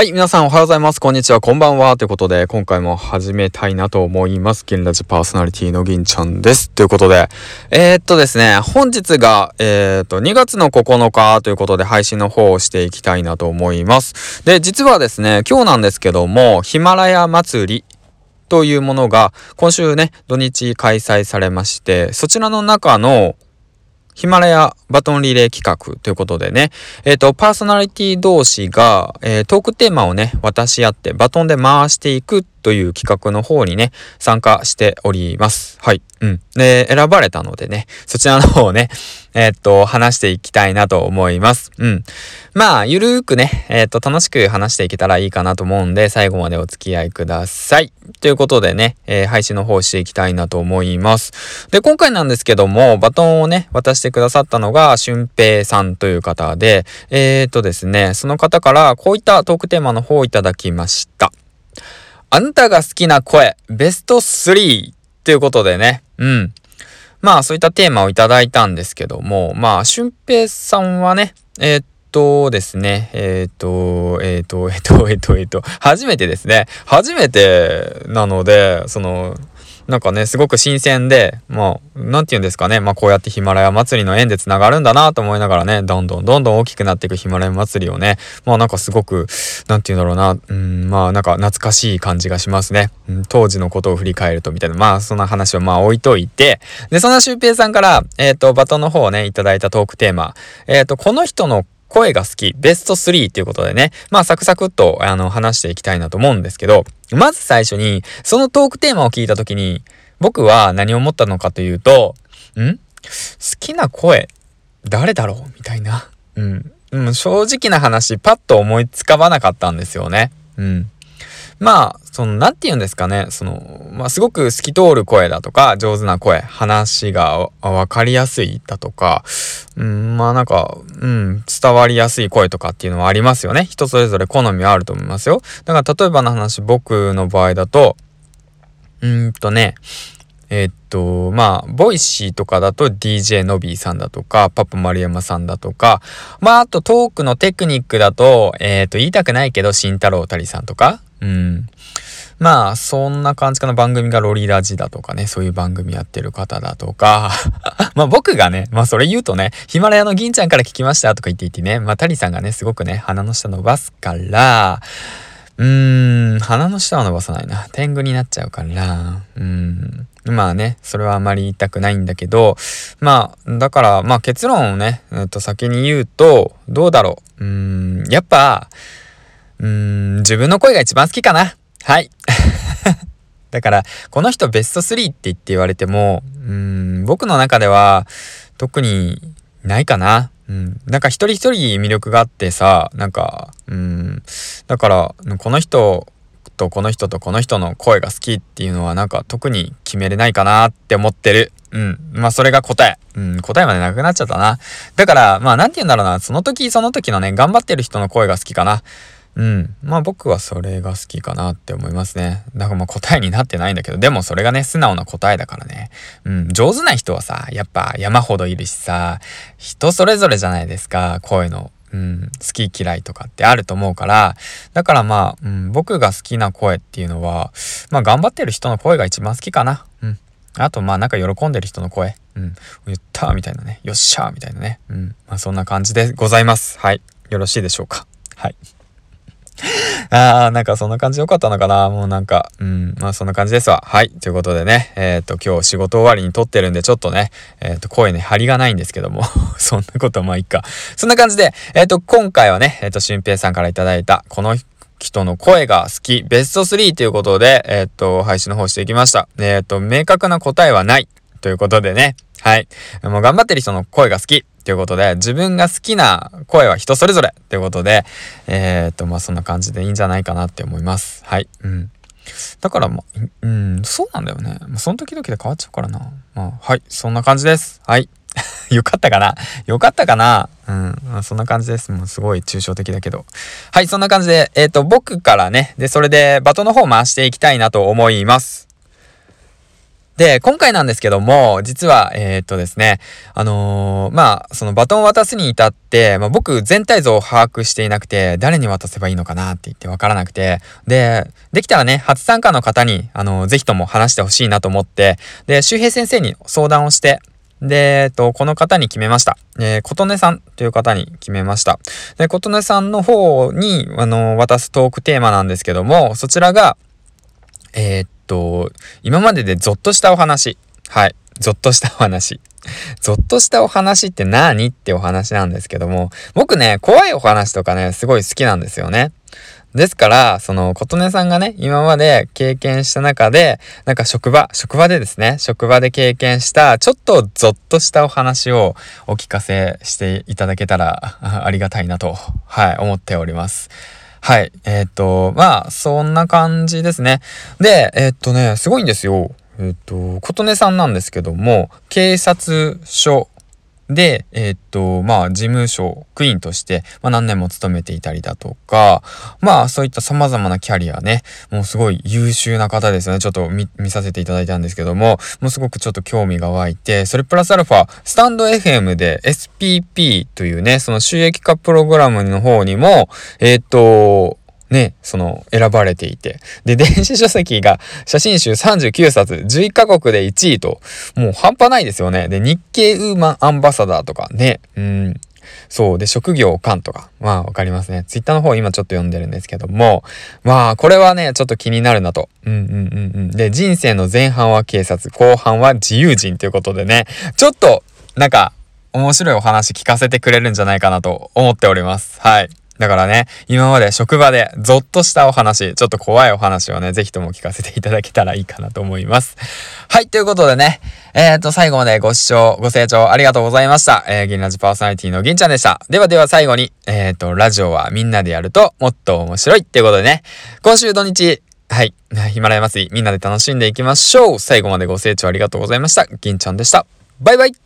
はい、皆さんおはようございます。こんにちは、こんばんは。ということで、今回も始めたいなと思います。銀ラジパーソナリティの銀ちゃんです。ということで、ですね、本日が、2月の9日ということで、配信の方をしていきたいなと思います。で、実はですね、今日なんですけども、ヒマラヤ祭りというものが、今週ね、土日開催されまして、そちらの中の、ヒマラヤバトンリレー企画ということでね、パーソナリティ同士が、トークテーマをね、渡し合ってバトンで回していくという企画の方にね、参加しております。はい。で、選ばれたのでね、そちらの方をね、話していきたいなと思います。まあ、ゆるーくね、楽しく話していけたらいいかなと思うんで、最後までお付き合いください。ということでね、配信の方していきたいなと思います。で、今回なんですけども、バトンをね、渡してくださったのが、俊平さんという方で、ですね、その方からこういったトークテーマの方をいただきました。あなたが好きな声、ベスト3ということでね、まあ、そういったテーマをいただいたんですけども、まあ、俊平さんはね、ですね、初めてですね。初めてなので、なんかね、すごく新鮮で、まあ、なんて言うんですかね。まあ、こうやってヒマラヤ祭りの縁でつながるんだなと思いながらね、どんどん大きくなっていくヒマラヤ祭りをね、まあなんかすごく、なんて言うんだろうな、まあなんか懐かしい感じがしますね。当時のことを振り返るとみたいな、まあそんな話はまあ置いといて、で、そんなシュウペイさんから、バトンの方をね、いただいたトークテーマ、この人の声が好き、ベスト3ということでね、まあサクサクっと話していきたいなと思うんですけど、まず最初に、そのトークテーマを聞いたときに、僕は何を思ったのかというと、好きな声、誰だろうみたいな。正直な話、パッと思いつかばなかったんですよね。まあ、なんて言うんですかね、まあ、すごく透き通る声だとか、上手な声、話がわかりやすいだとか、まあなんか、伝わりやすい声とかっていうのはありますよね。人それぞれ好みはあると思いますよ。だから例えばの話、僕の場合だと、まあ、ボイシーとかだと DJ のびーさんだとか、パパ丸山さんだとか、まあ、あとトークのテクニックだと、言いたくないけど、慎太郎たりさんとか、まあ、そんな感じかな。番組がロリラジだとかね、そういう番組やってる方だとか、まあ僕がね、まあそれ言うとね、ヒマラヤの銀ちゃんから聞きましたとか言っていてね、まあタリさんがね、すごくね、鼻の下伸ばすから、鼻の下は伸ばさないな。天狗になっちゃうから、まあね、それはあまり言いたくないんだけど、まあ、だから、まあ結論をね、先に言うと、どうだろう。やっぱ、自分の声が一番好きかな。はい。だから、この人ベスト3って言われても、僕の中では、特にないかな。なんか一人一人魅力があってさ、なんか、だから、この人とこの人とこの人の声が好きっていうのはなんか特に決めれないかなって思ってる。まあそれが答え。答えまでなくなっちゃったな。だから、まあなんて言うんだろうな、その時その時のね、頑張ってる人の声が好きかな。まあ僕はそれが好きかなって思いますね。だからまあ答えになってないんだけど、でもそれがね、素直な答えだからね。上手な人はさ、やっぱ山ほどいるしさ、人それぞれじゃないですか、声の。好き嫌いとかってあると思うから、だからまあ、僕が好きな声っていうのは、まあ頑張ってる人の声が一番好きかな。あとまあなんか喜んでる人の声。言ったーみたいなね。よっしゃーみたいなね。まあそんな感じでございます。はい。よろしいでしょうか。はい。なんかそんな感じでよかったのかな。もうなんか、まあそんな感じですわ。はい。ということでね、今日仕事終わりに撮ってるんでちょっとね、声ね、張りがないんですけども、そんなことはまあいいか。そんな感じで、今回はね、俊平さんからいただいた、この人の声が好き、ベスト3ということで、配信の方していきました。明確な答えはない。ということでね、はい。もう頑張ってる人の声が好き。ということで、自分が好きな声は人それぞれということで、まあそんな感じでいいんじゃないかなって思います。はい。だからまあ、そうなんだよね。その時々で変わっちゃうからな。まあ、はい。そんな感じです。はい。よかったかなまあ、そんな感じです。もうすごい抽象的だけど。はい。そんな感じで、僕からね、で、それでバトンの方回していきたいなと思います。 で、今回なんですけども、実は、ですね、そのバトンを渡すに至って、僕全体像を把握していなくて、誰に渡せばいいのかなって言ってわからなくて、できたらね、初参加の方に、ぜひとも話してほしいなと思って、で、周平先生に相談をして、で、この方に決めました。琴音さんという方に決めました。で、琴音さんの方に、渡すトークテーマなんですけども、そちらが、今まででゾッとしたお話。はい。ゾッとしたお話。ゾッとしたお話って何ってお話なんですけども、僕ね、怖いお話とかね、すごい好きなんですよね。ですから、琴音さんがね、今まで経験した中で、なんか職場でですね、職場で経験した、ちょっとゾッとしたお話をお聞かせしていただけたらありがたいなと、はい、思っております。はい。そんな感じですね。で、すごいんですよ。琴音さんなんですけども、警察署で、事務職員として、何年も勤めていたりだとか、そういった様々なキャリアね、もうすごい優秀な方ですよね。ちょっと見させていただいたんですけども、もうすごくちょっと興味が湧いて、それプラスアルファ、スタンド FM で SPP というね、その収益化プログラムの方にも、選ばれていて。で、電子書籍が写真集39冊、11カ国で1位と、もう半端ないですよね。で、日経ウーマンアンバサダーとかね。そう。で、職業官とか。わかりますね。ツイッターの方今ちょっと読んでるんですけども。これはね、ちょっと気になるなと。で、人生の前半は警察、後半は自由人ということでね、ちょっと、面白いお話聞かせてくれるんじゃないかなと思っております。はい。だからね、今まで職場でゾッとしたお話、ちょっと怖いお話をね、ぜひとも聞かせていただけたらいいかなと思います。はい、ということでね、最後までご視聴、ご清聴ありがとうございました。銀ラジパーソナリティの銀ちゃんでした。では最後に、ラジオはみんなでやるともっと面白いっていうことでね、今週土日、はい、ヒマラヤ祭りみんなで楽しんでいきましょう。最後までご清聴ありがとうございました。銀ちゃんでした。バイバイ。